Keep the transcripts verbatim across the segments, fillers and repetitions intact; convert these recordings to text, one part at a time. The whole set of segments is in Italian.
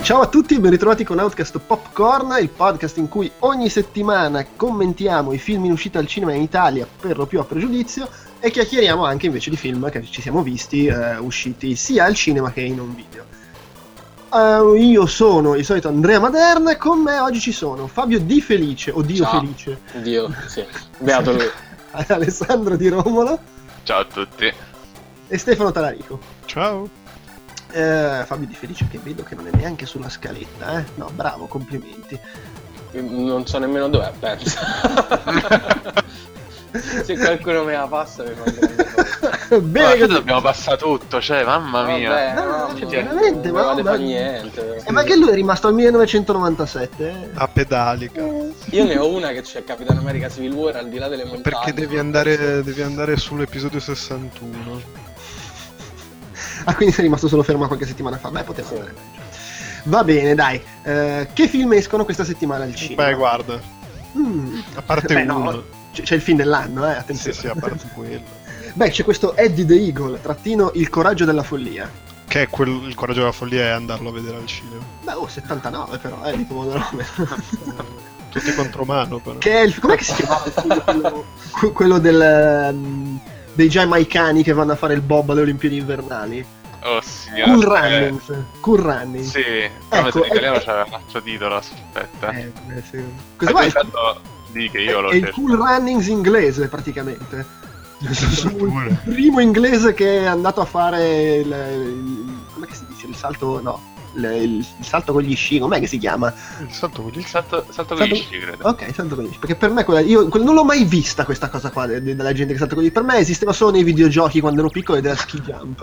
Ciao a tutti, ben ritrovati con Outcast Popcorn, il podcast in cui ogni settimana commentiamo i film in uscita al cinema in Italia per lo più a pregiudizio e chiacchieriamo anche invece di film che ci siamo visti eh, usciti sia al cinema che in un video. Uh, io sono il solito Andrea Maderna e con me oggi ci sono Fabio Di Felice, o Dio Ciao. Felice. Dio, sì. Beato lui. Alessandro Di Romolo. Ciao a tutti. E Stefano Talarico. Ciao. Eh, Fabio Di Felice, che vedo che non è neanche sulla scaletta, eh? No, bravo, complimenti. Non so nemmeno dov'è, penso. Se qualcuno me la passa mi fa grande Bene, che dobbiamo passare tutto, cioè, mamma mia. Vabbè, No, no, cioè, cioè, veramente, non ma- vale ma- fa niente. Eh, ma che lui è rimasto al millenovecentonovantasette, eh? A pedalica. Io ne ho una che c'è Capitan America Civil War al di là delle montagne. Perché devi andare, devi andare sull'episodio sessantuno. Ah, quindi sei rimasto solo fermo a qualche settimana fa. Beh, poteva Sì. andare peggio. Va bene, dai. Eh, che film escono questa settimana al cinema? Beh, guarda, Mm. a parte Beh, no, uno. c- c'è il film dell'anno, eh, Sì, attenzione. sì, a parte quello. Beh, c'è questo Eddie the Eagle, trattino Il coraggio della follia. Che è quel, il coraggio della follia è andarlo a vedere al cinema. Beh, oh, settantanove però, eh, di Pomodorometro. Tutti contro mano, però. Che è il... Com'è che si chiama il film? Quello, que- quello del... um, dei giamaicani che vanno a fare il bob alle Olimpiadi invernali. Oh signora. Cool eh, Runnings. Cool Runnings. Sì, Ecco, no, in italiano è- c'era un altro titolo, aspetta. Eh, eh, sì. Cosa Hai vai? pensato di che io lo È il cerco. Cool Runnings inglese, praticamente. Pure. Il primo inglese che è andato a fare il, il- come si dice? Il salto, no, il, il- il salto con gli sci, com'è che si chiama? Il salto con gli Il salto, salto con Salto- gli sci, credo. Ok, salto con gli sci, perché per me quella, io quella- non l'ho mai vista questa cosa qua de- de- della gente che salta con gli sci. Per me esisteva solo nei videogiochi quando ero piccolo ed era ski jump.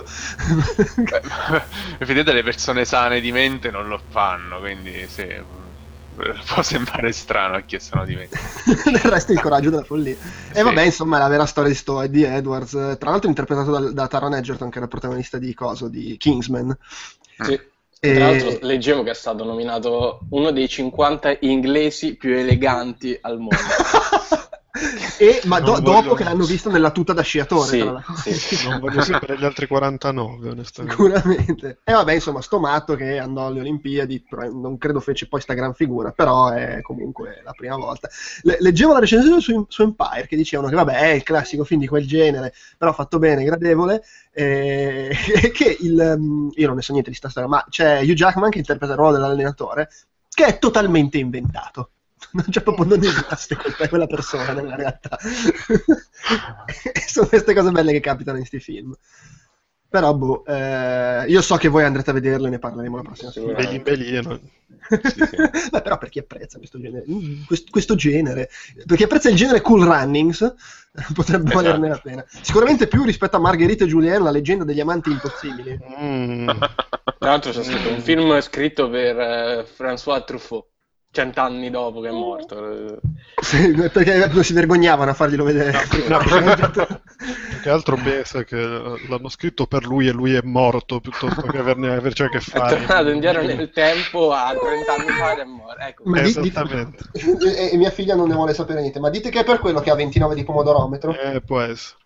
Beh, vedete, le persone sane di mente non lo fanno, quindi sì. Può sembrare strano a chi sono di mente. Del resto il coraggio della follia. E Sì. vabbè, insomma, è la vera storia di sto Eddie Edwards, eh, tra l'altro interpretato dal- da Taron Egerton, che era il protagonista di Coso, di Kingsman. Sì. E- Tra l'altro leggevo che è stato nominato uno dei cinquanta inglesi più eleganti al mondo. E, ma do- Non dopo voglio- che l'hanno visto nella tuta da sciatore, Sì, tra l'altro. sì. Non voglio sapere gli altri quarantanove, onestamente. Sicuramente. E vabbè, insomma, sto matto che andò alle Olimpiadi, però non credo fece poi sta gran figura, però è comunque la prima volta. Le- leggevo la recensione su, su Empire che dicevano che vabbè, è il classico film di quel genere, però fatto bene, gradevole, e e che il... um, io non ne so niente di sta storia, ma c'è Hugh Jackman che interpreta il ruolo dell'allenatore, che è totalmente inventato. Cioè proprio non esiste questa- quella persona nella realtà. E sono queste cose belle che capitano in sti film. Però boh, eh, io so che voi andrete a vederlo e ne parleremo la prossima settimana. Belli belli, no? Beh, però per chi apprezza questo genere, mm, questo, questo genere, per chi apprezza il genere Cool Runnings, potrebbe Esatto. valerne la pena. Sicuramente più rispetto a Margherita e Julien, la leggenda degli amanti impossibili. Mm. Tra l'altro c'è scritto un film scritto per eh, François Truffaut, cent'anni dopo che è morto. Sì, perché si vergognavano a farglielo vedere. No, più che altro pensa che l'hanno scritto per lui e lui è morto piuttosto che averne averci a che È fare. tornato indietro nel tempo a trenta anni fa ed è morto. Ecco. Ma di- Esattamente. di- e, e mia figlia non ne vuole sapere niente, ma dite che è per quello che ha ventinove di pomodorometro? Eh, può essere.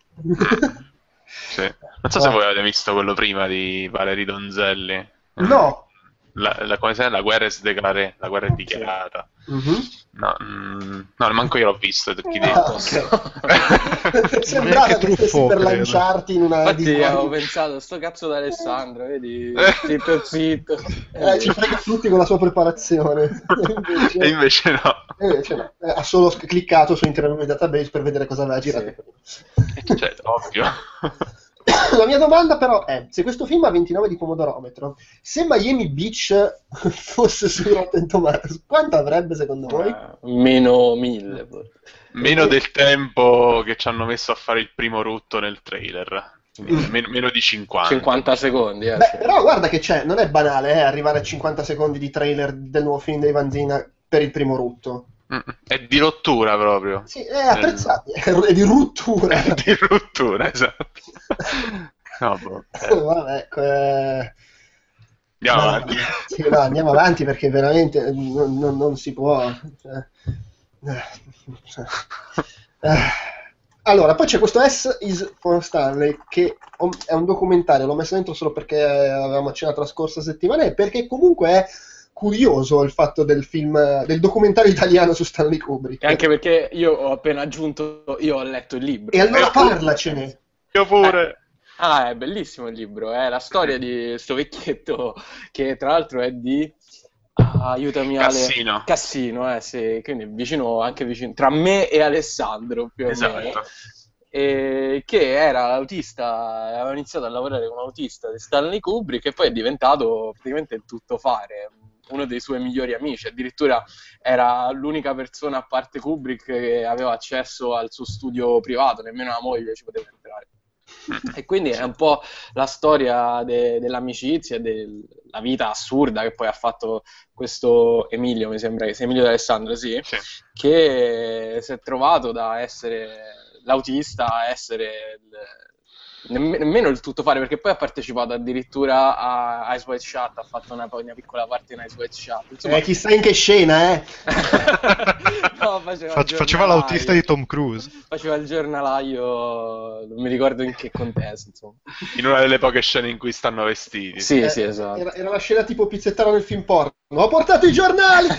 Sì. Non so se voi avete visto quello prima di Valerie Donzelli. No. La, la, come si chiama? La guerra è sdecarata, la guerra è dichiarata. Mhm. No, mm, no, manco io l'ho visto. Chi Ah, dice? ok. Sembrava Neanche che stessi Truffaut, per credo. lanciarti in una Infatti disamina. avevo pensato, sto cazzo d'Alessandro, vedi, zitto zitto. Eh, ci frega tutti con la sua preparazione. Invece- E invece no. e invece no. Eh, ha solo sc- cliccato su Internet Database per vedere cosa aveva girato. Cioè, ovvio. La mia domanda però è, se questo film ha ventinove di pomodorometro, se Miami Beach fosse su Rotten Tomatoes, quanto avrebbe secondo voi? Eh, meno mille. forse. Meno del tempo che ci hanno messo a fare il primo rutto nel trailer. Quindi Mm. meno, meno di cinquanta. cinquanta secondi. Eh, Beh, sì. però guarda che c'è, non è banale eh, arrivare a cinquanta secondi di trailer del nuovo film dei Vanzina per il primo rutto. Mm, È di rottura proprio. Sì, è apprezzabile, è di ruttura. Di rottura, esatto. No, boh. Eh, Vabbè, ecco, eh... Andiamo no, avanti. sì, no, andiamo avanti perché veramente non, non- non si può. cioè, eh, cioè, eh. Allora, poi c'è questo S is for Stanley che è un documentario, l'ho messo dentro solo perché avevamo accennato la scorsa settimana e perché comunque è curioso il fatto del film, del documentario italiano su Stanley Kubrick. E anche perché io ho appena aggiunto, io ho letto il libro. E allora parlacene. Io pure. Eh. Ah, è bellissimo il libro, è la storia di sto vecchietto che tra l'altro è di... Ah, aiutami Ale. Cassino. Cassino, eh sì, quindi vicino, anche vicino, tra me e Alessandro più o Esatto. meno. E che era l'autista, aveva iniziato a lavorare come autista di Stanley Kubrick e poi è diventato praticamente il tuttofare, uno dei suoi migliori amici, addirittura era l'unica persona a parte Kubrick che aveva accesso al suo studio privato, nemmeno la moglie ci poteva entrare. E quindi è un po' la storia de- dell'amicizia e della vita assurda che poi ha fatto questo Emilio, mi sembra che sia Emilio D'Alessandro, sì, Sì. che si è trovato da essere l'autista a essere il, nemm- nemmeno il tuttofare, perché poi ha partecipato addirittura a Ice White Shut, ha fatto una, una piccola parte in Ice White Shut. Insomma, Eh, chissà in che scena, eh. no, faceva, Fac- il faceva giornalaio. l'autista di Tom Cruise. Faceva il giornalaio, non mi ricordo in che contesto, insomma. In una delle poche scene in cui stanno vestiti. Sì, Eh, sì, esatto. Era, era la scena tipo pizzettaro nel film porno. Ho portato i giornali!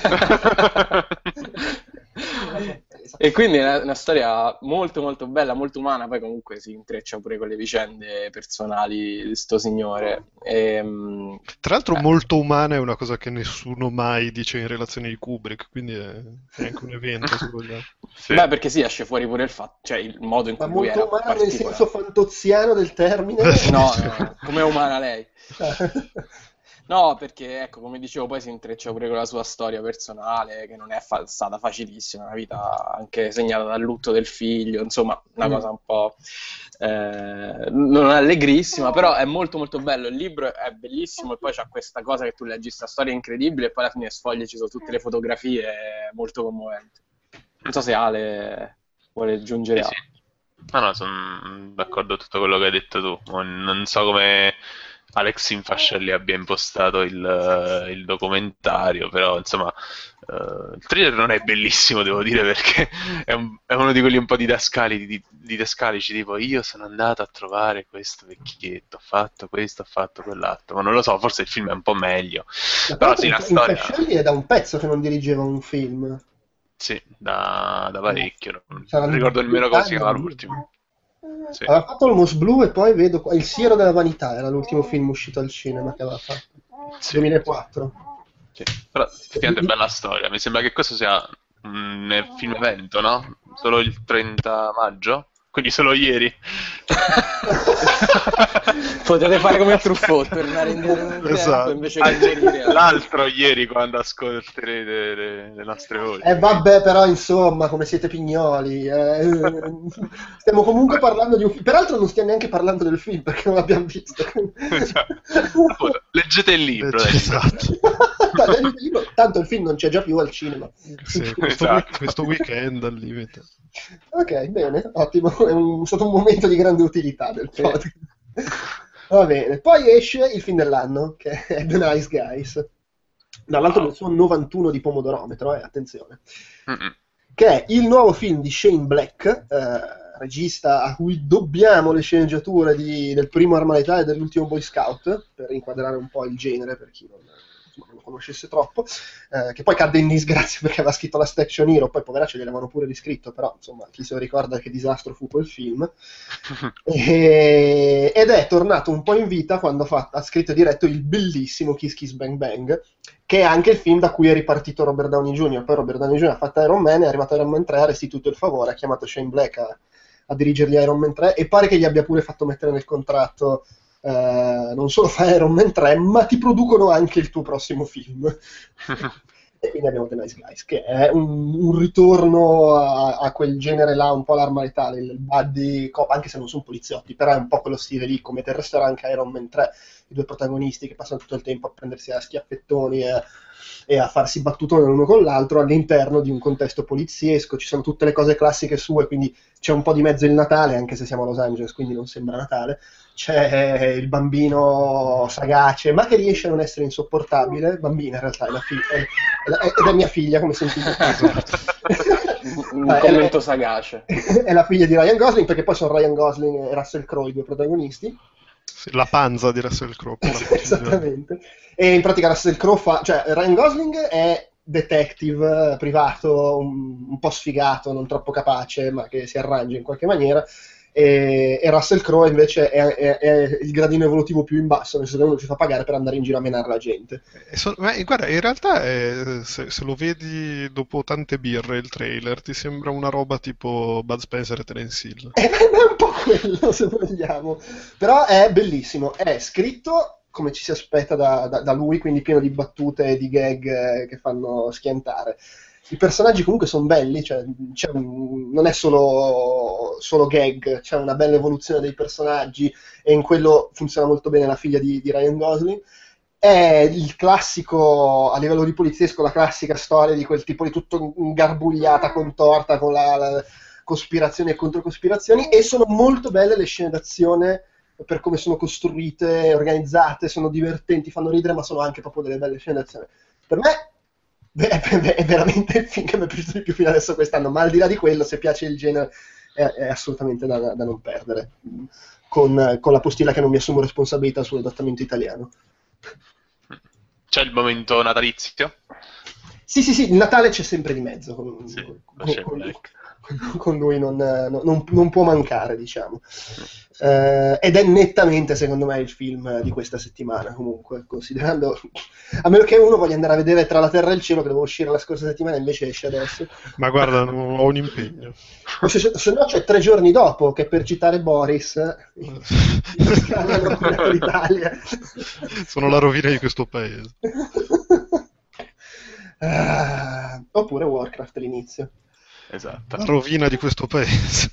E quindi è una, una storia molto molto bella, molto umana, poi comunque si intreccia pure con le vicende personali di sto signore. E, mh, Tra l'altro eh, molto umana è una cosa che nessuno mai dice in relazione di Kubrick, quindi è, è anche un evento se vogliamo. Sì. Beh, perché sì, esce fuori pure il fatto, cioè il modo in Ma cui lui molto era umana nel particolare. senso fantoziano del termine. No, no, come è umana lei. No, perché ecco, come dicevo, poi si intreccia pure con la sua storia personale, che non è fa- stata facilissima, una vita anche segnata dal lutto del figlio, insomma, una Mm. cosa un po' eh, non allegrissima, però è molto molto bello, il libro è bellissimo e poi c'ha questa cosa che tu leggi sta storia incredibile e poi alla fine sfogli ci sono tutte le fotografie, è molto commovente. Non so se Ale vuole aggiungere Sì, altro. sì. No, no, sono d'accordo con tutto quello che hai detto tu. Non so come Alex Infascelli abbia impostato il, il documentario, però insomma uh, il trailer non è bellissimo, devo dire, perché è, un, è uno di quelli un po' didascali, di, didascalici, tipo io sono andato a trovare questo vecchietto, ho fatto questo, ho fatto quell'altro, ma non lo so, forse il film è un po' meglio. Ma Però tra sì, la l'altro storia... Infascelli è da un pezzo che non dirigeva un film. Sì, da, da parecchio, non Saranno ricordo nemmeno come si chiama vent'anni. l'ultimo. Sì. Aveva fatto Almost Blue e poi vedo qua Il Siero della Vanità, era l'ultimo film uscito al cinema che aveva fatto. Sì. duemilaquattro. Sì, però effettivamente è bella storia. Mi sembra che questo sia un film evento, no? Solo il trenta maggio? Quindi solo ieri. Potete fare come Truffaut, tornare indietro nel tempo Esatto. invece che morire. L'altro ieri quando ascolterete le, le nostre voci. E vabbè, però insomma, come siete pignoli. eh, stiamo comunque parlando di un film. Peraltro non stiamo neanche parlando del film perché non l'abbiamo visto. Esatto. Appunto, leggete il libro. dai. Esatto. Tanto il film non c'è già più al cinema. Sì, questo, Esatto. week- questo weekend al limite. Ok, bene, ottimo. È un- stato un momento di grande utilità del Sì. podcast. Va bene. Poi esce il film dell'anno, che è The Nice Guys. Dall'alto Wow. del suo novantuno di pomodorometro, eh, attenzione. Mm-mm. Che è il nuovo film di Shane Black, eh, regista a cui dobbiamo le sceneggiature di- del primo Arma Letale e dell'ultimo Boy Scout, per inquadrare un po' il genere, per chi non, insomma, non lo conoscesse troppo, eh, che poi cadde in disgrazia perché aveva scritto la Action Hero, poi poveraccio gliel'avevano pure riscritto, però insomma chi se lo ricorda che disastro fu quel film. E- ed è tornato un po' in vita quando ha, fatto- ha scritto e diretto il bellissimo Kiss Kiss Bang Bang, che è anche il film da cui è ripartito Robert Downey junior Poi Robert Downey junior ha fatto Iron Man, è arrivato Iron Man tre, ha restituito il favore, ha chiamato Shane Black a, a dirigergli Iron Man tre e pare che gli abbia pure fatto mettere nel contratto eh, non solo fai Iron Man tre, ma ti producono anche il tuo prossimo film. E quindi abbiamo The Nice Guys, che è un, un ritorno a, a quel genere là, un po' l'arma letale, il buddy cop, anche se non sono poliziotti, però è un po' quello stile lì, come del resto era anche Iron Man tre, i due protagonisti che passano tutto il tempo a prendersi a schiaffettoni e, e a farsi battutone l'uno con l'altro all'interno di un contesto poliziesco. Ci sono tutte le cose classiche sue, quindi c'è un po' di mezzo il Natale, anche se siamo a Los Angeles, quindi non sembra Natale. C'è il bambino sagace, ma che riesce a non essere insopportabile. Bambina in realtà è, la figlia, è, è, ed è mia figlia, come sentite. Un Ah, è- commento sagace. È la figlia di Ryan Gosling, perché poi sono Ryan Gosling e Russell Crowe i due protagonisti. Sì, la panza di Russell Crowe. Esattamente. E in pratica Russell Crowe fa... Cioè, Ryan Gosling è detective privato, un, un po' sfigato, non troppo capace, ma che si arrangia in qualche maniera. E, e Russell Crowe invece è, è, è il gradino evolutivo più in basso, nel senso che uno ci fa pagare per andare in giro a menare la gente. E so- ma, guarda, in realtà è- se, se lo vedi dopo tante birre il trailer ti sembra una roba tipo Bud Spencer e Terence Hill. È, è un po' quello, se vogliamo. Però è bellissimo, è scritto come ci si aspetta da, da- da lui, quindi pieno di battute e di gag eh, che fanno schiantare. I personaggi comunque sono belli, cioè, c'è un- non è solo, solo gag, c'è una bella evoluzione dei personaggi e in quello funziona molto bene la figlia di, di Ryan Gosling. È il classico, a livello di poliziesco, la classica storia di quel tipo di tutto ingarbugliata, contorta, con la, la cospirazioni e controcospirazioni, e sono molto belle le scene d'azione per come sono costruite, organizzate, sono divertenti, fanno ridere, ma sono anche proprio delle belle scene d'azione. Per me è, è veramente il film che mi è piaciuto di più fino adesso quest'anno, ma al di là di quello, se piace il genere, è, è assolutamente da, da non perdere, con, con la postilla che non mi assumo responsabilità sull'adattamento italiano. C'è il momento natalizio? Sì, sì, sì, il Natale c'è sempre di mezzo, con, Sì, con, c'è con- Black. con lui non, non- non può mancare, diciamo. Eh, ed è nettamente, secondo me, il film di questa settimana, comunque, considerando, a meno che uno voglia andare a vedere Tra la terra e il cielo, che doveva uscire la scorsa settimana, invece esce adesso. Ma guarda, non ho un impegno. O se, se no c'è tre giorni dopo, che per citare Boris, in Toscana hanno rovinato l'Italia. Sono la rovina di questo paese. Ah, oppure Warcraft l'inizio. Esatto. La rovina di questo paese.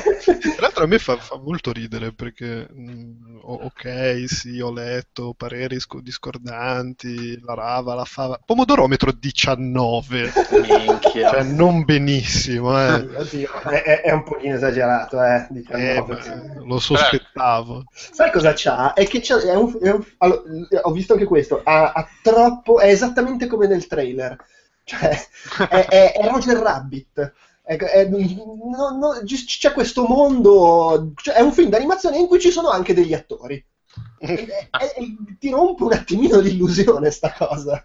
Tra l'altro a me fa, fa molto ridere perché mh, o- ok, sì, ho letto pareri sco- discordanti, la rava, la fava. Pomodorometro diciannove. Minchia. Cioè non benissimo, eh. Oddio, è, è- è un pochino esagerato, eh, Eh, diciannove. ma lo sospettavo. Sai cosa c'ha? È che c'ha, è un, è un- allora, ho visto anche questo, ha, ha troppo, è esattamente come nel trailer, cioè è, è- è Roger Rabbit. È- è- no- no, ci- c'è questo mondo, cioè, è un film d'animazione in cui ci sono anche degli attori. E- e- e ti rompe un attimino l'illusione sta cosa.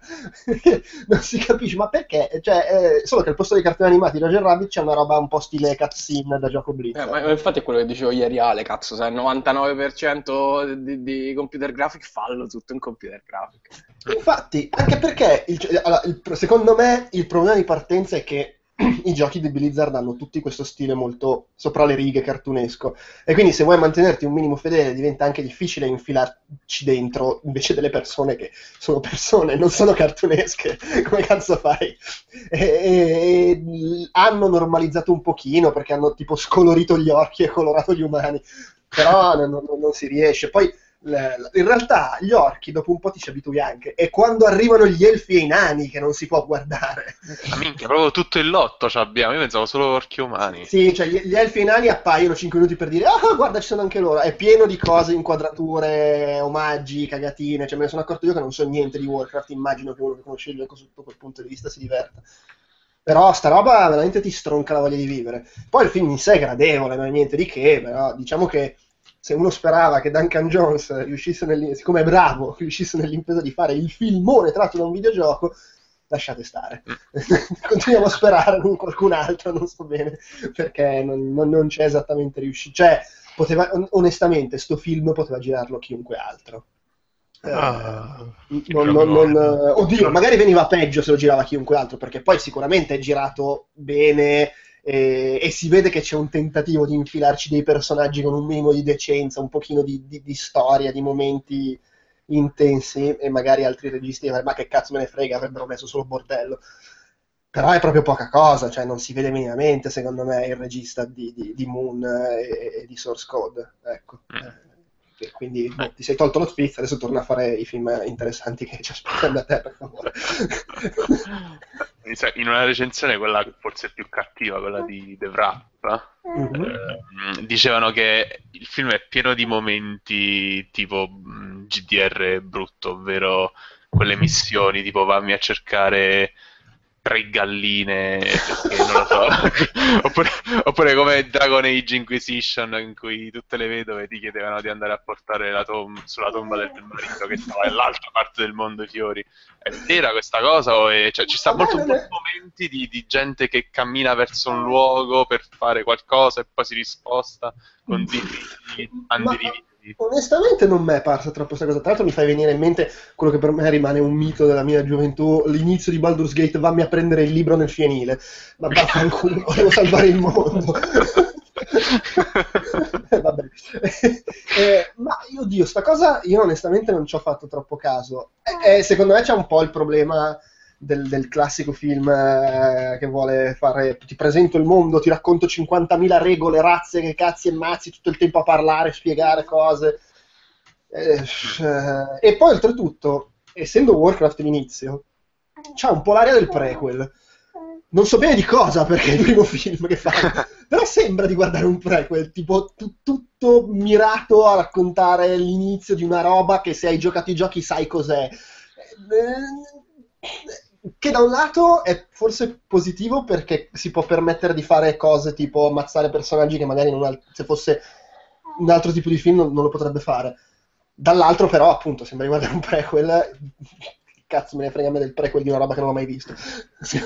Non si capisce, ma perché? Cioè, eh, solo che al posto dei cartoni animati Roger Rabbit c'è una roba un po' stile cutscene da gioco Blitz. Eh, ma ma infatti è quello che dicevo ieri Ale, cazzo, sai, il novantanove per cento di, di computer graphic fallo tutto in computer graphic. Infatti, anche perché il- allora, il- secondo me il problema di partenza è che i giochi di Blizzard hanno tutti questo stile molto sopra le righe cartunesco, e quindi se vuoi mantenerti un minimo fedele diventa anche difficile infilarci dentro invece delle persone che sono persone, non sono cartunesche. Come cazzo fai? E, e- e hanno normalizzato un pochino perché hanno tipo scolorito gli occhi e colorato gli umani, però non, non- non si riesce. Poi le- in realtà gli orchi dopo un po' ti ci abitui anche, è quando arrivano gli elfi e i nani che non si può guardare. Ma minchia, proprio tutto il lotto ci abbiamo. Io pensavo solo orchi umani. Sì, cioè gli, gli elfi e i nani appaiono cinque minuti per dire ah guarda ci sono anche loro, è pieno di cose, inquadrature, omaggi, cagatine, cioè me ne sono accorto io che non so niente di Warcraft, immagino che uno che conosce il gioco sotto quel punto di vista si diverta. Però sta roba veramente ti stronca la voglia di vivere. Poi il film in sé è gradevole, non è niente di che, però diciamo che se uno sperava che Duncan Jones riuscisse, nel, siccome è bravo, riuscisse nell'impresa di fare il filmone tratto da un videogioco, lasciate stare. Continuiamo a sperare con qualcun altro, non so bene, perché non, non- non c'è esattamente riuscito. Cioè, poteva, on- onestamente, sto film poteva girarlo chiunque altro. Eh, Ah, non- non- non- eh, oddio, magari veniva peggio se lo girava chiunque altro, perché poi sicuramente è girato bene e, e si vede che c'è un tentativo di infilarci dei personaggi con un minimo di decenza, un pochino di, di- di storia, di momenti intensi, e magari altri registi, ma che cazzo me ne frega, avrebbero messo solo bordello. Però è proprio poca cosa, cioè non si vede minimamente, secondo me, il regista di, di- di Moon e, e di Source Code. Ecco. Eh, e quindi boh, ti sei tolto lo spizio, adesso torna a fare i film interessanti che ci aspettano da te, per favore. Mi sa- In una recensione, quella forse più cattiva, quella di The Wrap, Mhm. ehm, dicevano che il film è pieno di momenti tipo mh, G D R brutto, ovvero quelle missioni tipo vammi a cercare tre galline, perché non lo so. oppure, oppure come Dragon Age Inquisition, in cui tutte le vedove ti chiedevano di andare a portare la tom- sulla tomba del marito che stava nell'altra parte del mondo i fiori. È vera questa cosa? O è... cioè, ci sta molto molti momenti di, di gente che cammina verso un luogo per fare qualcosa e poi si risposta con diritti andirivi. Onestamente non mi è parsa troppo questa cosa. Tra l'altro mi fai venire in mente quello che per me rimane un mito della mia gioventù, l'inizio di Baldur's Gate, vammi a prendere il libro nel fienile. Ma vaffanculo, volevo salvare il mondo. eh, vabbè. eh, ma oddio, sta cosa io onestamente non ci ho fatto troppo caso. Eh, eh, secondo me c'è un po' il problema del, del classico film eh, che vuole fare, ti presento il mondo, ti racconto cinquantamila regole, razze, che cazzi e mazzi, tutto il tempo a parlare, spiegare cose. Eh, eh, e poi oltretutto, essendo Warcraft l'inizio, c'ha un po' l'aria del prequel. Non so bene di cosa, perché è il primo film che fa, però sembra di guardare un prequel, tipo tu, tutto mirato a raccontare l'inizio di una roba che se hai giocato i giochi sai cos'è. Che da un lato è forse positivo perché si può permettere di fare cose tipo ammazzare personaggi che magari non ha, se fosse un altro tipo di film non, non lo potrebbe fare. Dall'altro però appunto sembra di guardare un prequel. Cazzo me ne frega a me del prequel di una roba che non ho mai visto. Sì.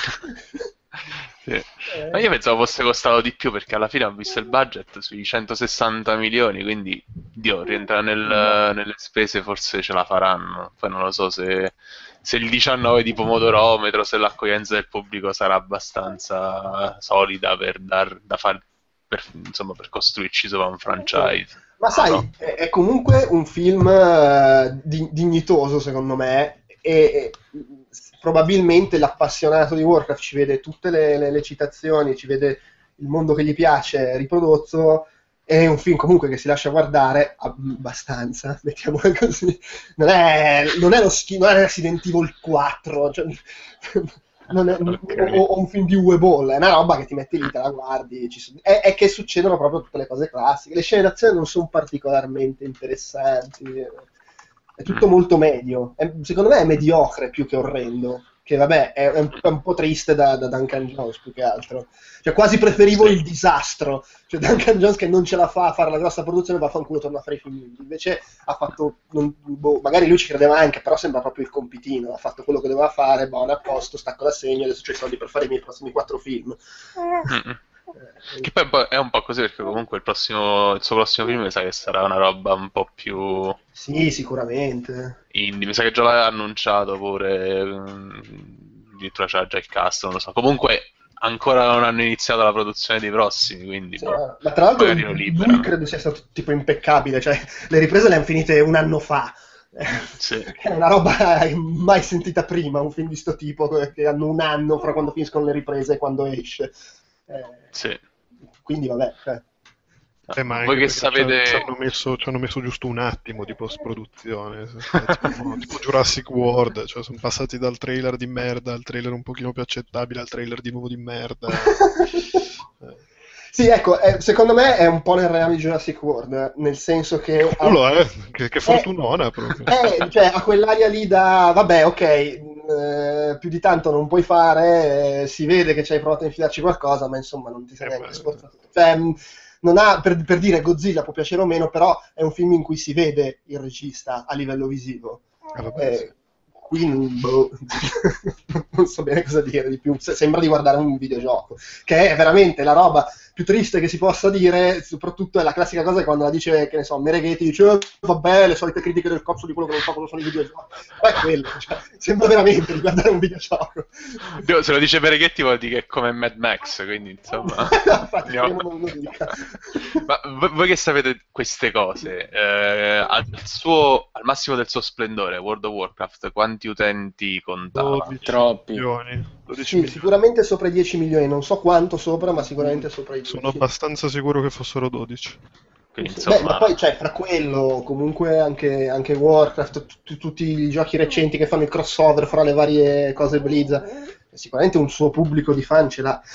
Eh. Ma io pensavo fosse costato di più perché alla fine ho visto il budget sui centosessanta milioni, quindi Dio, rientra nel, no. nelle spese, forse ce la faranno. Poi non lo so se, se il diciannove di pomodorometro, se l'accoglienza del pubblico sarà abbastanza solida per dar da far, per, insomma, per costruirci sopra un franchise. Ma sai, no. è, è comunque un film uh, di, dignitoso secondo me. E, e probabilmente l'appassionato di Warcraft ci vede tutte le, le, le citazioni, ci vede il mondo che gli piace riprodotto. È un film comunque che si lascia guardare abbastanza, mettiamola così. Non è, non è lo schifo, non è Resident Evil quattro, cioè, non è, okay. o, o un film di Uwe Boll, è una roba che ti metti lì, te la guardi. Ci, è, è che succedono proprio tutte le cose classiche. Le scene d'azione non sono particolarmente interessanti. È tutto molto medio. È, secondo me è mediocre più che orrendo. Che vabbè, è, è, un, è un po' triste da, da Duncan Jones più che altro. Cioè quasi preferivo sì. il disastro. Cioè Duncan Jones che non ce la fa a fare la grossa produzione, vaffanculo, torna a fare i film. Invece ha fatto, non, boh, magari lui ci credeva anche, però sembra proprio il compitino. Ha fatto quello che doveva fare, buono, a posto, stacco l'assegno, adesso c'ho i soldi per fare i miei prossimi quattro film. Mm-mm. Che poi è un po' così perché comunque il, prossimo, il suo prossimo film mi sa che sarà una roba un po' più... Sì, sicuramente. Indie, mi sa che già l'ha annunciato pure, addirittura c'era già il cast, non lo so. Comunque ancora non hanno iniziato la produzione dei prossimi, quindi... Sì, boh, ma tra l'altro lui credo sia stato tipo impeccabile, cioè le riprese le hanno finite un anno fa. Sì. È una roba mai sentita prima, un film di sto tipo che hanno un anno fra quando finiscono le riprese e quando esce. Eh, sì. Quindi vabbè, eh. Eh, ma voi che sapete ci hanno, messo, ci hanno messo giusto un attimo di post produzione tipo, tipo Jurassic World, cioè sono passati dal trailer di merda al trailer un pochino più accettabile al trailer di nuovo di merda. eh. Sì, ecco, eh, secondo me è un po' nel reame di Jurassic World, nel senso che... Quello è, che, che fortunona eh, proprio. Eh, cioè, ha quell'aria lì da, vabbè, ok, eh, più di tanto non puoi fare, eh, si vede che ci hai provato a infilarci qualcosa, ma insomma non ti sei eh, neanche sforzato. Cioè, non ha, per, per dire Godzilla può piacere o meno, però è un film in cui si vede il regista a livello visivo. Ah, vabbè, eh, sì. Quindi boh, non so bene cosa dire di più. Sembra di guardare un videogioco, che è veramente la roba più triste che si possa dire. Soprattutto è la classica cosa che quando la dice, che ne so, Mereghetti dice oh, vabbè, le solite critiche del cozzo di quello che non fa cosa sono i videogiochi. Ma è quello, cioè, sembra veramente di guardare un videogioco. Dio, se lo dice Mereghetti vuol dire che è come Mad Max, quindi insomma infatti, no. non lo dica. Ma voi che sapete queste cose, eh, al, suo, al massimo del suo splendore, World of Warcraft, quanti utenti contava? Troppi. Milioni. Sì, sicuramente sopra i dieci milioni, non so quanto sopra, ma sicuramente sopra i dieci. Sono abbastanza sicuro che fossero dodici. Quindi, insomma... Beh, ma poi cioè, fra quello, comunque anche, anche Warcraft, t- tutti i giochi recenti che fanno il crossover fra le varie cose Blizzard, sicuramente un suo pubblico di fan ce l'ha.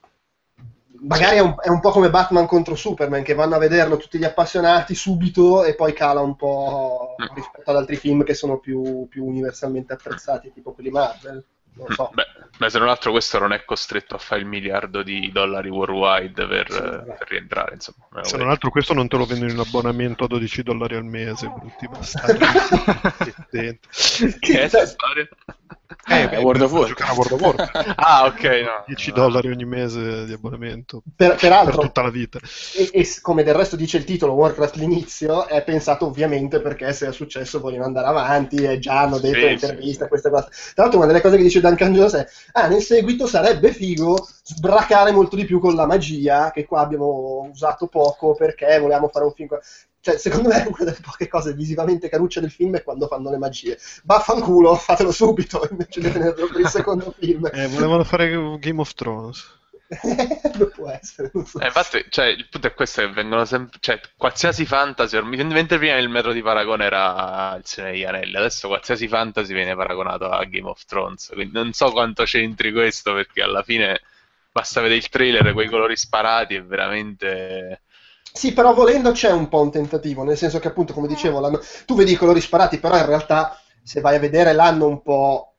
Magari è un, è un po' come Batman contro Superman, che vanno a vederlo tutti gli appassionati subito e poi cala un po' rispetto ad altri film che sono più, più universalmente apprezzati, tipo quelli Marvel. non so. Beh, beh, se non altro questo non è costretto a fare il miliardo di dollari worldwide per, Sì, eh, vabbè. per rientrare, insomma. me lo Se non vedo. altro questo non te lo vendono in abbonamento a dodici dollari al mese, brutti bastardi. Attenti. Che è Cioè, sta storia? Eh, Eh, beh, World per of Warcraft. giocare a World of Warcraft. Ah, ok, no. dieci dollari ogni mese di abbonamento Per- per peraltro, tutta la vita. e, e s- come del resto dice il titolo, Warcraft l'inizio, è pensato ovviamente perché se è successo vogliono andare avanti e già hanno detto Sì, in sì, interviste sì. queste cose. Tra l'altro una delle cose che dice Duncan Jones è ah, nel seguito sarebbe figo sbracare molto di più con la magia, che qua abbiamo usato poco perché volevamo fare un film... co- Cioè, secondo me una delle poche cose visivamente carucce del film è quando fanno le magie. Vaffanculo, fatelo subito, invece di tenerlo per il secondo film. Eh, volevano fare Game of Thrones. Non può essere, non so. Eh, infatti, cioè, il punto è questo, che vengono sempre, cioè, qualsiasi fantasy, ormai- mentre prima il metro di paragone era il Signore degli Anelli, adesso qualsiasi fantasy viene paragonato a Game of Thrones, quindi non so quanto c'entri questo, perché alla fine basta vedere il trailer, quei colori sparati, è veramente... Sì, però volendo c'è un po' un tentativo, nel senso che appunto, come dicevo, l'hanno- tu vedi i colori sparati, però in realtà se vai a vedere l'hanno un po'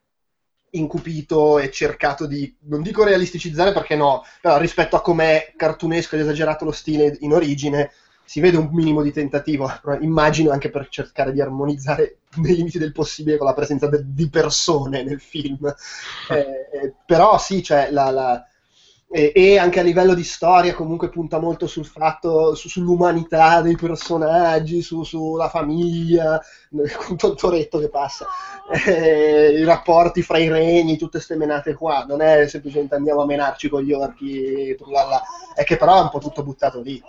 incupito e cercato di, non dico realisticizzare perché no, però rispetto a com'è cartunesco ed esagerato lo stile in origine, si vede un minimo di tentativo, però immagino anche per cercare di armonizzare nei limiti del possibile con la presenza de- di persone nel film. Eh, eh, però sì, cioè la... la- e, e anche a livello di storia comunque punta molto sul fatto, su- sull'umanità dei personaggi, su- sulla famiglia, con Tontoretto che passa, eh, i rapporti fra i regni, tutte ste menate qua, non è semplicemente andiamo a menarci con gli orchi, trullala, è che però è un po' tutto buttato lì.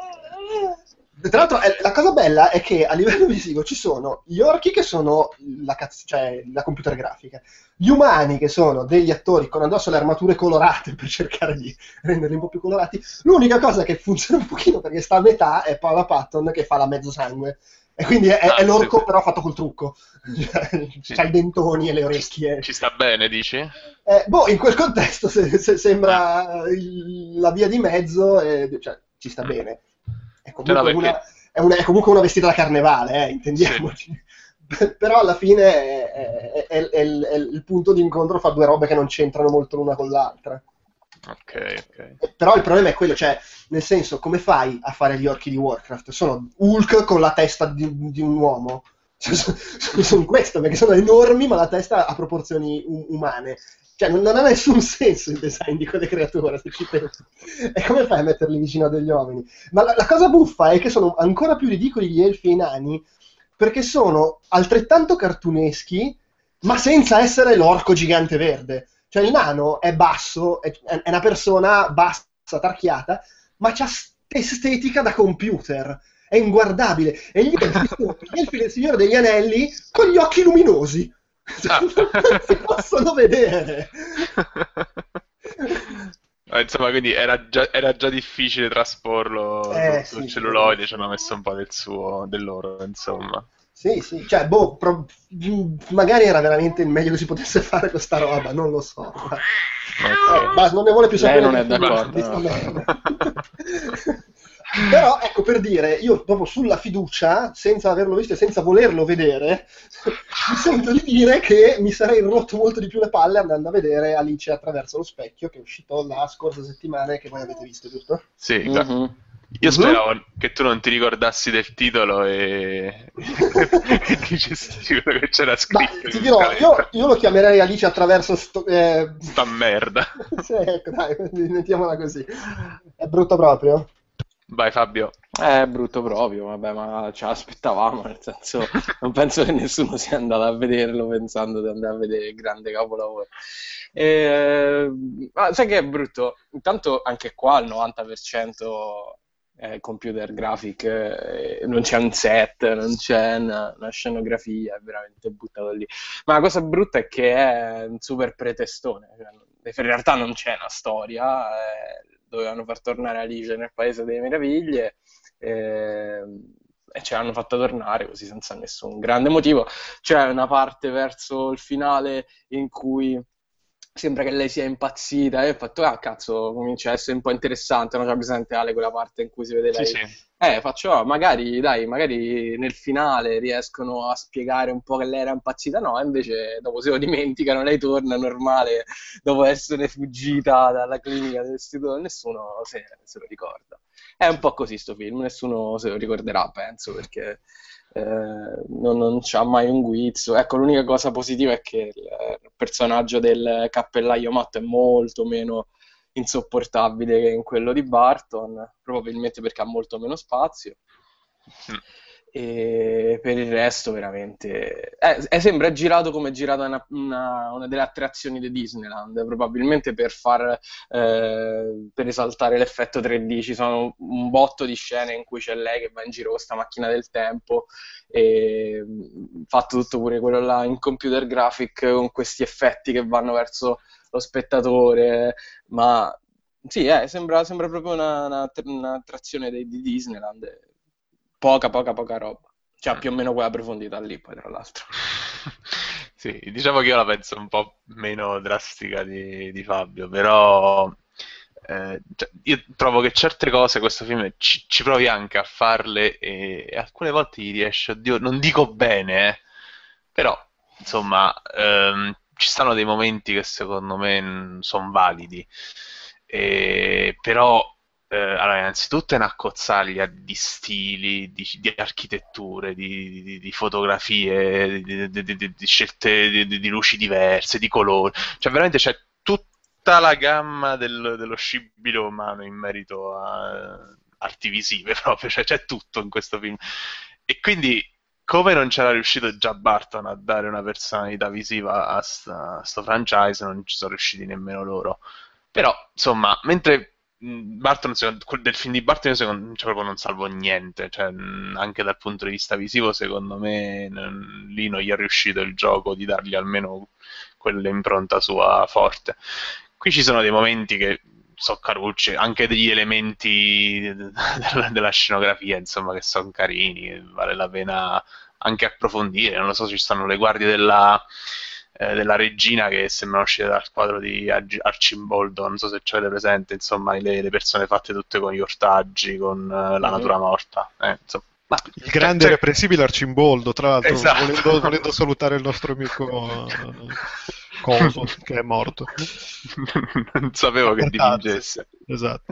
Tra l'altro, eh, la cosa bella è che a livello visivo ci sono gli orchi che sono la, cazz- cioè, la computer grafica, gli umani che sono degli attori con addosso le armature colorate per cercare di renderli un po' più colorati. L'unica cosa che funziona un pochino perché sta a metà è Paula Patton che fa la mezzo sangue. E quindi è, Ah, è l'orco sì, sì. però fatto col trucco. Sì. C'ha i dentoni e le orecchie. Ci sta bene, dici? Eh, boh, in quel contesto se- se sembra il- la via di mezzo, e, cioè, ci sta Mm. bene. È Cioè, no, comunque, perché- una, è, una, è comunque una vestita da carnevale, eh, intendiamoci. Però alla fine è, è- è- è il- è il punto di incontro fra due robe che non c'entrano molto l'una con l'altra. Ok, ok. Eh, Però il problema è quello, cioè, nel senso, come fai a fare gli orchi di Warcraft? Sono Hulk con la testa di, di un uomo. Sono, sono questo, perché sono enormi, ma la testa ha proporzioni u- umane. Cioè, non, non ha nessun senso il design di quelle creature, se ci pensi. E come fai a metterli vicino a degli uomini? Ma la, la cosa buffa è che sono ancora più ridicoli gli elfi e i nani, perché sono altrettanto cartuneschi, ma senza essere l'orco gigante verde. Cioè il nano è basso, è, è una persona bassa, tarchiata, ma c'ha estetica da computer. È inguardabile. E gli elfi sono gli elfi del Signore degli Anelli con gli occhi luminosi. Ah. Non si possono vedere. Eh, Insomma, quindi era già, era già difficile trasporlo Eh, su- sul sì, celluloide, sì. ci hanno messo un po' del suo, del loro, insomma. Sì, sì, cioè, boh, pro- magari era veramente il meglio che si potesse fare con sta roba, non lo so. Eh, ma non ne vuole più Lei sapere non è di film, d'accordo, di sta no. merda. Però, ecco, per dire, io proprio sulla fiducia, senza averlo visto e senza volerlo vedere, mi sento di dire che mi sarei rotto molto di più le palle andando a vedere Alice attraverso lo specchio, che è uscito la scorsa settimana e che voi avete visto, giusto? Sì, gra- Mhm. io speravo che tu non ti ricordassi del titolo e e dicessi quello che c'era Ma scritto. ti in dirò, scaletta. io, io lo chiamerei Alice attraverso sto, eh, Sta merda. sì, ecco, dai, mettiamola così. È brutto proprio. Vai Fabio. È brutto proprio, vabbè, ma ce l'aspettavamo, nel senso, non penso che nessuno sia andato a vederlo pensando di andare a vedere il grande capolavoro. E, ma sai che è brutto? Intanto anche qua il novanta per cento è computer graphic, eh, non c'è un set, non c'è una, una scenografia, è veramente buttato lì. Ma la cosa brutta è che è un super pretestone, cioè, in realtà non c'è una storia, eh, dovevano far tornare Alice nel Paese delle Meraviglie, eh, e ce l'hanno fatta tornare così senza nessun grande motivo. C'è una parte verso il finale in cui sembra che lei sia impazzita e ho fatto, ah cazzo, comincia a essere un po' interessante, no? C'è presente Ale quella parte in cui si vede Sì, lei. sì. Eh, faccio, ah, magari, dai, magari nel finale riescono a spiegare un po' che lei era impazzita, no, invece dopo se lo dimenticano, lei torna normale dopo essere fuggita dalla clinica dell'istituto, nessuno se, se lo ricorda. È un po' così sto film, nessuno se lo ricorderà, penso, perché eh, non, non c'ha mai un guizzo. Ecco, l'unica cosa positiva è che il, il personaggio del cappellaio matto è molto meno insopportabile che in quello di Barton, probabilmente perché ha molto meno spazio. Mm. E per il resto veramente eh, eh, sembra girato come è girata una, una, una delle attrazioni di Disneyland, probabilmente per far eh, per esaltare l'effetto tre D. Ci sono un botto di scene in cui c'è lei che va in giro con questa macchina del tempo e mh, fatto tutto pure quello là in computer graphic con questi effetti che vanno verso lo spettatore, ma sì, eh, sembra, sembra proprio una, una, un'attrazione di, di Disneyland. Poca, poca, poca roba. Cioè, più o meno quella profondità lì, poi, tra l'altro. Sì, diciamo che io la penso un po' meno drastica di, di Fabio, però eh, cioè, io trovo che certe cose questo film ci, ci provi anche a farle e, e alcune volte gli riesce, oddio, non dico bene, eh, però insomma ehm, ci stanno dei momenti che secondo me sono validi. E, però eh, allora, innanzitutto è una cozzaglia di stili, di, di architetture, di, di- di fotografie, di, di- di- di- di scelte di, di- di luci diverse, di colori. Cioè, veramente c'è tutta la gamma del- dello scibile umano in merito a arti visive, proprio. Cioè, c'è tutto in questo film. E quindi, come non c'era riuscito già Barton a dare una personalità visiva a sta- a sto franchise, non ci sono riusciti nemmeno loro. Però, insomma, mentre mh, Barton, secondo- quel del film di Barton, io secondo, cioè, proprio non salvo niente, cioè, mh, anche dal punto di vista visivo, secondo me, n- lì non gli è riuscito il gioco di dargli almeno quell'impronta sua forte. Qui ci sono dei momenti che sono carucci, anche degli elementi della, della scenografia, insomma, che sono carini, che vale la pena anche approfondire. Non lo so, ci stanno le guardie della, eh, della regina che sembrano uscite dal quadro di Arg- Arcimboldo, non so se ce l'avete presente, insomma, le, le persone fatte tutte con gli ortaggi, con eh, la Mhm. natura morta. Eh, insomma. Ma, Il cioè, grande e cioè- irreprensibile Arcimboldo, tra l'altro, Esatto. volendo, volendo salutare il nostro amico eh, Coso, che è morto. Non sapevo che Per Tazzi. dipingesse. Esatto.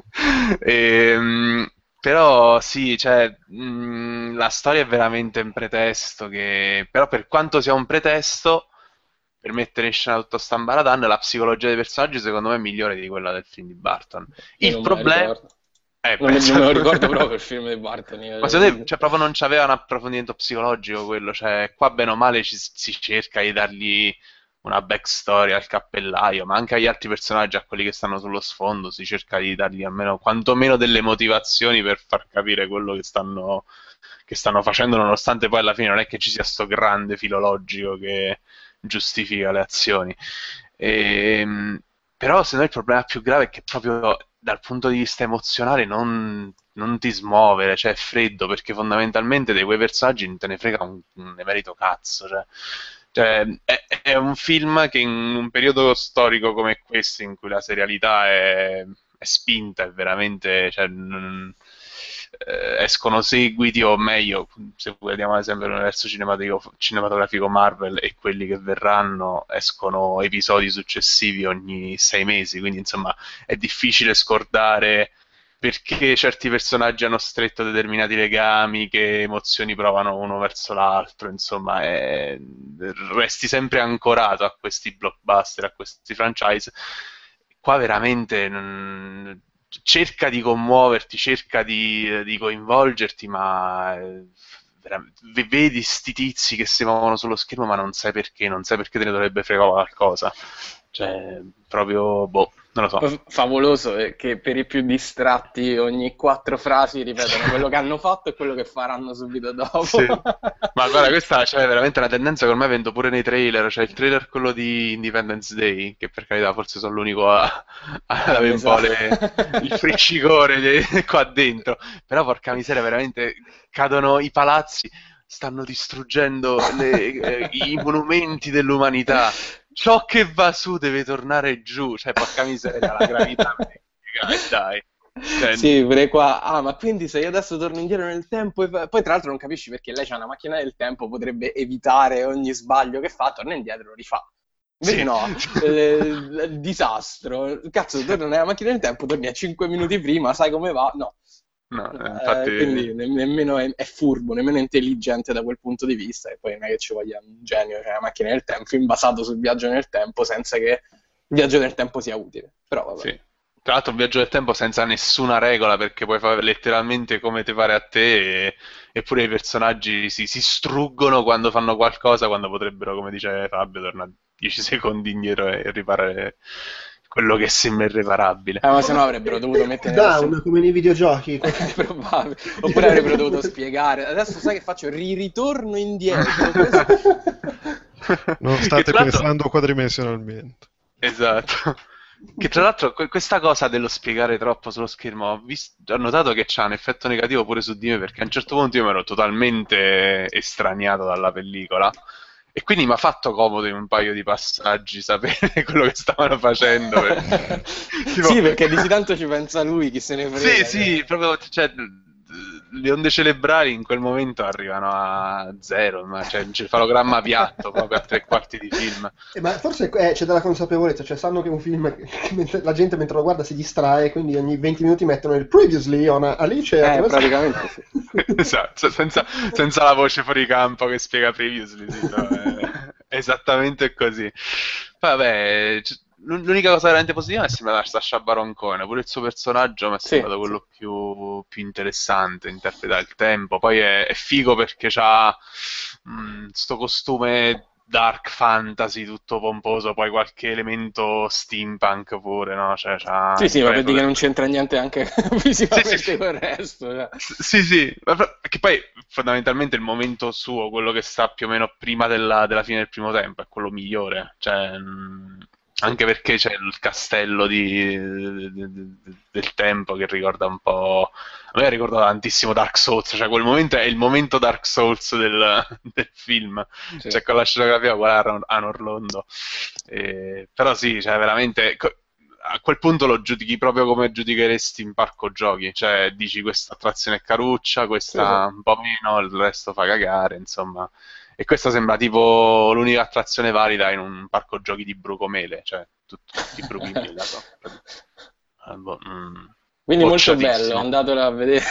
Ehm, però sì, cioè, mh, la storia è veramente un pretesto che... Però per quanto sia un pretesto, per mettere in scena tutto sta ambaradan, la psicologia dei personaggi secondo me è migliore di quella del film di Barton. Io Il non me la problema... ricordo. Eh, Non, me- non penso... me lo ricordo proprio il film di Barton. io- Ma secondo te, cioè, proprio non c'aveva un approfondimento psicologico quello? Cioè, qua bene o male ci- si cerca di dargli una backstory al cappellaio, ma anche agli altri personaggi, a quelli che stanno sullo sfondo, si cerca di dargli almeno quantomeno delle motivazioni per far capire quello che stanno, che stanno facendo, nonostante poi alla fine non è che ci sia sto grande filologico che giustifica le azioni. Ehm, Però se no il problema più grave è che proprio dal punto di vista emozionale non, non ti smuovere, cioè è freddo, perché fondamentalmente di quei personaggi non te ne frega un, un emerito cazzo, cioè. Cioè, è, è un film che in un periodo storico come questo, in cui la serialità è, è spinta, è veramente, cioè, non- eh, escono seguiti, o meglio, se guardiamo ad esempio l'universo cinematico- cinematografico Marvel e quelli che verranno, escono episodi successivi ogni sei mesi, quindi insomma è difficile scordare perché certi personaggi hanno stretto determinati legami, che emozioni provano uno verso l'altro, insomma, è- resti sempre ancorato a questi blockbuster, a questi franchise. Qua veramente non- cerca di commuoverti, cerca di, di coinvolgerti, ma eh, vera- v- vedi sti tizi che si muovono sullo schermo, ma non sai perché, non sai perché te ne dovrebbe fregare qualcosa. Cioè, proprio, boh, non lo so. Poi favoloso è che per i più distratti ogni quattro frasi ripetono quello che hanno fatto e quello che faranno subito dopo. Sì. Ma guarda, questa c'è veramente una tendenza che ormai vedo pure nei trailer. C'è il trailer quello di Independence Day, che per carità forse sono l'unico a, a avere un po' le- il friccicore de- qua dentro. Però porca miseria, veramente cadono i palazzi, stanno distruggendo le- eh, i monumenti dell'umanità. ciò che va su deve tornare giù, cioè porca miseria, la gravità, dai. Cioè, sì, pure qua. Ah, ma quindi se io adesso torno indietro nel tempo e fa- poi tra l'altro non capisci perché lei c'ha una macchina del tempo, potrebbe evitare ogni sbaglio che fa, torna indietro e lo rifà. Invece sì. no, eh, disastro. Cazzo, torna nella macchina del tempo, torni a cinque minuti prima, sai come va? No. No, Eh, infatti... quindi ne- nemmeno è, è furbo, nemmeno intelligente da quel punto di vista, e poi non è che ci voglia un genio, cioè una macchina del tempo, film basato sul viaggio nel tempo senza che il viaggio nel tempo sia utile. Però vabbè. Sì. Tra l'altro un viaggio del tempo senza nessuna regola, perché puoi fare letteralmente come ti pare a te, e, eppure i personaggi si, si struggono quando fanno qualcosa, quando potrebbero, come dice Fabio, tornare dieci secondi indietro e riparare quello che sembra irreparabile. Eh, ma se no avrebbero dovuto mettere down come nei videogiochi. È probabile. Oppure avrebbero dovuto spiegare. Adesso sai che faccio? Ri- ritorno indietro. Non state Che tra l'altro- pensando quadrimensionalmente. Esatto. Che tra l'altro que- questa cosa dello spiegare troppo sullo schermo ho, vis- ho notato che c'ha un effetto negativo pure su di me, perché a un certo punto io mi ero totalmente estraniato dalla pellicola e quindi mi ha fatto comodo in un paio di passaggi sapere quello che stavano facendo. per- tipo- Sì, perché di tanto ci pensa lui, chi se ne frega. Sì, sì, proprio, cioè, le onde cerebrali in quel momento arrivano a zero, ma c'è un cefalogramma piatto proprio a tre quarti di film. Eh, ma forse eh, c'è della consapevolezza, cioè sanno che è un film che mentre- la gente mentre lo guarda si distrae, quindi ogni venti minuti mettono il previously on Alice. Eh, attraverso- praticamente sì. Esatto, senza, senza la voce fuori campo che spiega previously, sì, no, è esattamente così. Vabbè, c- l'unica cosa veramente positiva è sembrata Sacha Baron Cohen, pure il suo personaggio mi è Sì, sembrato quello più, più interessante, interpreta il tempo, poi è, è figo perché c'ha mh, sto costume dark fantasy tutto pomposo, poi qualche elemento steampunk pure, no? Cioè, c'ha Sì, sì, il ma per retro dire che del- non c'entra niente anche visivamente Sì, sì, sì. con il resto. Cioè. Sì, sì, ma pro- che poi fondamentalmente il momento suo, quello che sta più o meno prima della, della fine del primo tempo, è quello migliore. Cioè, mh, anche perché c'è il castello di- de- de- de- del tempo che ricorda un po'. A me ricorda tantissimo Dark Souls, cioè quel momento è il momento Dark Souls del, del film. Sì. Cioè, con la scenografia guarda Anor Londo. Eh, però sì, cioè veramente. co- A quel punto lo giudichi proprio come giudicheresti in parco giochi, cioè dici questa attrazione è caruccia, questa Sì, un po' meno, il resto fa cagare, insomma. E questa sembra tipo l'unica attrazione valida in un parco giochi di Brucomele, cioè tut- tutti i bruchi mela. so. Eh, boh, mm, Quindi molto bello, bocciatissimo. andatelo a vedere.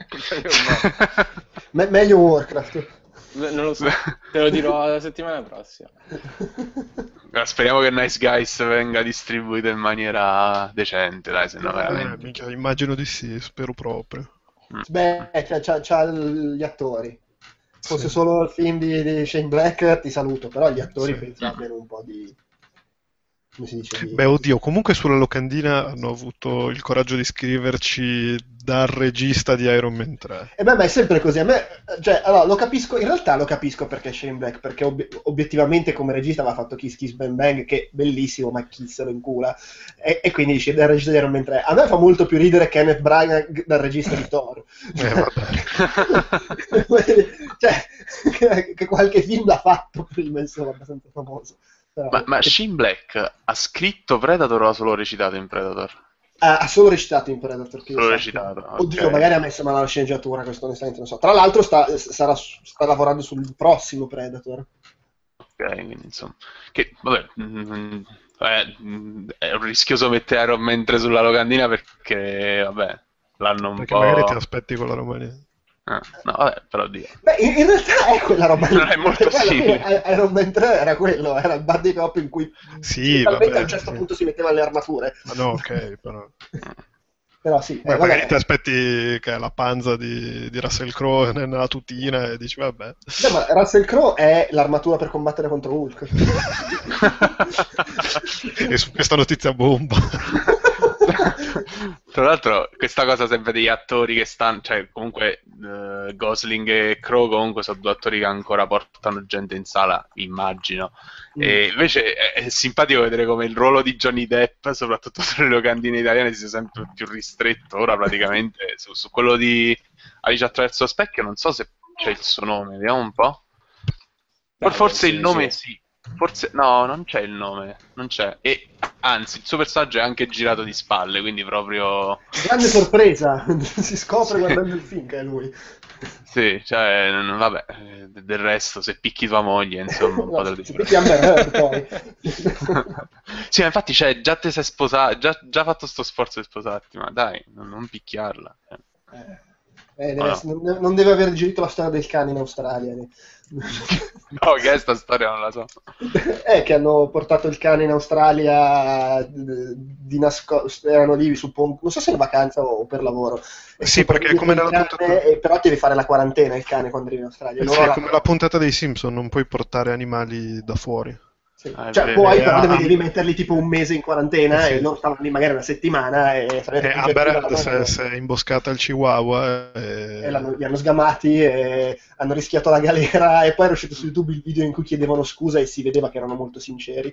Me- meglio Warcraft. Non lo so, te lo dirò la settimana prossima. Eh, Speriamo che Nice Guys venga distribuito in maniera decente, dai, se no Eh, veramente. minchia, immagino di sì, spero proprio. Beh, c'ha, c'ha- c'ha gli attori. Fosse Sì. solo il film di, di Shane Black, ti saluto, però gli attori Sì. penso abbiano un po' di... come si dice? Di... Beh, oddio, comunque sulla locandina hanno avuto il coraggio di scriverci dal regista di Iron Man tre. E beh, ma è sempre così. A me, cioè, allora, lo capisco, in realtà lo capisco perché Shane Black, perché ob- obiettivamente come regista aveva fatto Kiss Kiss Bang Bang, che è bellissimo, ma chi se lo incula. E, e quindi dice, dal regista di Iron Man tre. A me fa molto più ridere Kenneth Branagh dal regista di Thor. Eh, vabbè. Cioè, che, che qualche film l'ha fatto prima, insomma, abbastanza famoso. Però- Ma, ma Shane Black ha scritto Predator o ha solo recitato in Predator? Ha, ha solo recitato in Predator. che io Solo sappia. recitato, ok. Oddio, magari ha messo mano alla sceneggiatura, questo onestamente non so. Tra l'altro sta, sarà, sta lavorando sul prossimo Predator. Ok, quindi insomma, che vabbè, mm, eh, mm, è un rischioso mettere Iron Man tre sulla locandina perché, vabbè, l'hanno un Perché po'. magari ti aspetti con la Romania. Eh, no, vabbè, però Dio. Beh, in, in realtà è quella roba lì. Non è molto Perché alla fine simile. I- Iron Man tre era quello, era il buddy cop in cui Sì, talmente vabbè, a un certo sì. punto si mettevano le armature. Ma no, ok, però. Però sì, Beh, eh, magari vabbè. ti aspetti che è la panza di, di Russell Crowe nella tutina e dici vabbè. Beh, ma Russell Crowe è l'armatura per combattere contro Hulk. E su questa notizia bomba. Tra l'altro, questa cosa sempre degli attori che stanno, cioè comunque eh, Gosling e Crowe comunque sono due attori che ancora portano gente in sala, immagino. Mm. E invece è, è simpatico vedere come il ruolo di Johnny Depp, soprattutto sulle locandine italiane, si sia sempre più ristretto. Ora praticamente su, su quello di Alice attraverso lo specchio, non so se c'è il suo nome, vediamo un po'. Beh, Forse sì, il nome sì. sì. Forse no, non c'è il nome, non c'è. E anzi, il suo personaggio è anche girato di spalle, quindi proprio Grande sorpresa, si scopre Sì. guardando il film che è lui. Sì, cioè, n- vabbè, eh, del resto, se picchi tua moglie, insomma, un po' te No, lo si dico. picchia Amber Heard, poi. Sì, ma infatti, cioè, già te sei sposato, già, già fatto sto sforzo di sposarti, ma dai, non, non picchiarla. eh. Eh, eh, deve Oh, no. essere- non, non deve aver digerito la storia del cane in Australia. né? No, che è sta storia non la so. È che hanno portato il cane in Australia eh, di nascosto, erano lì, suppongo, non so se in vacanza o per lavoro. E Sì, sono perché è come portati nella il cane, puntata- e però devi fare la quarantena il cane quando arrivi in Australia. Eh Loro sì, è la- come la puntata dei Simpson, non puoi portare animali da fuori. sì. Ah, è Cioè, vero. puoi, Eh, però ah, devi, devi metterli tipo un mese in quarantena Sì. e loro stavano lì magari una settimana e E Amber Heard si è- si è imboscata al Chihuahua e... e l'hanno- li hanno sgamati e hanno rischiato la galera e poi era uscito su YouTube il video in cui chiedevano scusa e si vedeva che erano molto sinceri.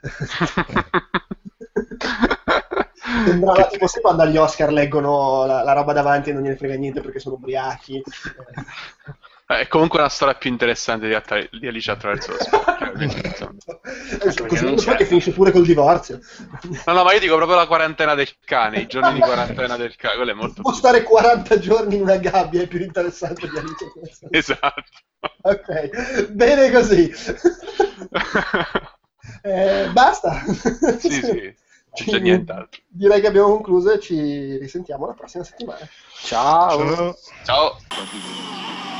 Sembrava Che- tipo sai quando agli Oscar leggono la, la roba davanti e non gliene frega niente perché sono ubriachi. Eh, È comunque una storia più interessante di, Attra- di Alice attraverso lo specchio. quindi, insomma. Eh, Così non poi c'è. che finisce pure col divorzio. No, no, ma io dico proprio la quarantena del cane, i giorni di quarantena del cane, quello è molto Può più... stare quaranta giorni in una gabbia, è più interessante di Alice. Esatto. Ok, bene così. Eh, basta. Sì, sì, non c'è nient'altro. Direi che abbiamo concluso e ci risentiamo la prossima settimana. Ciao. Ciao. Ciao.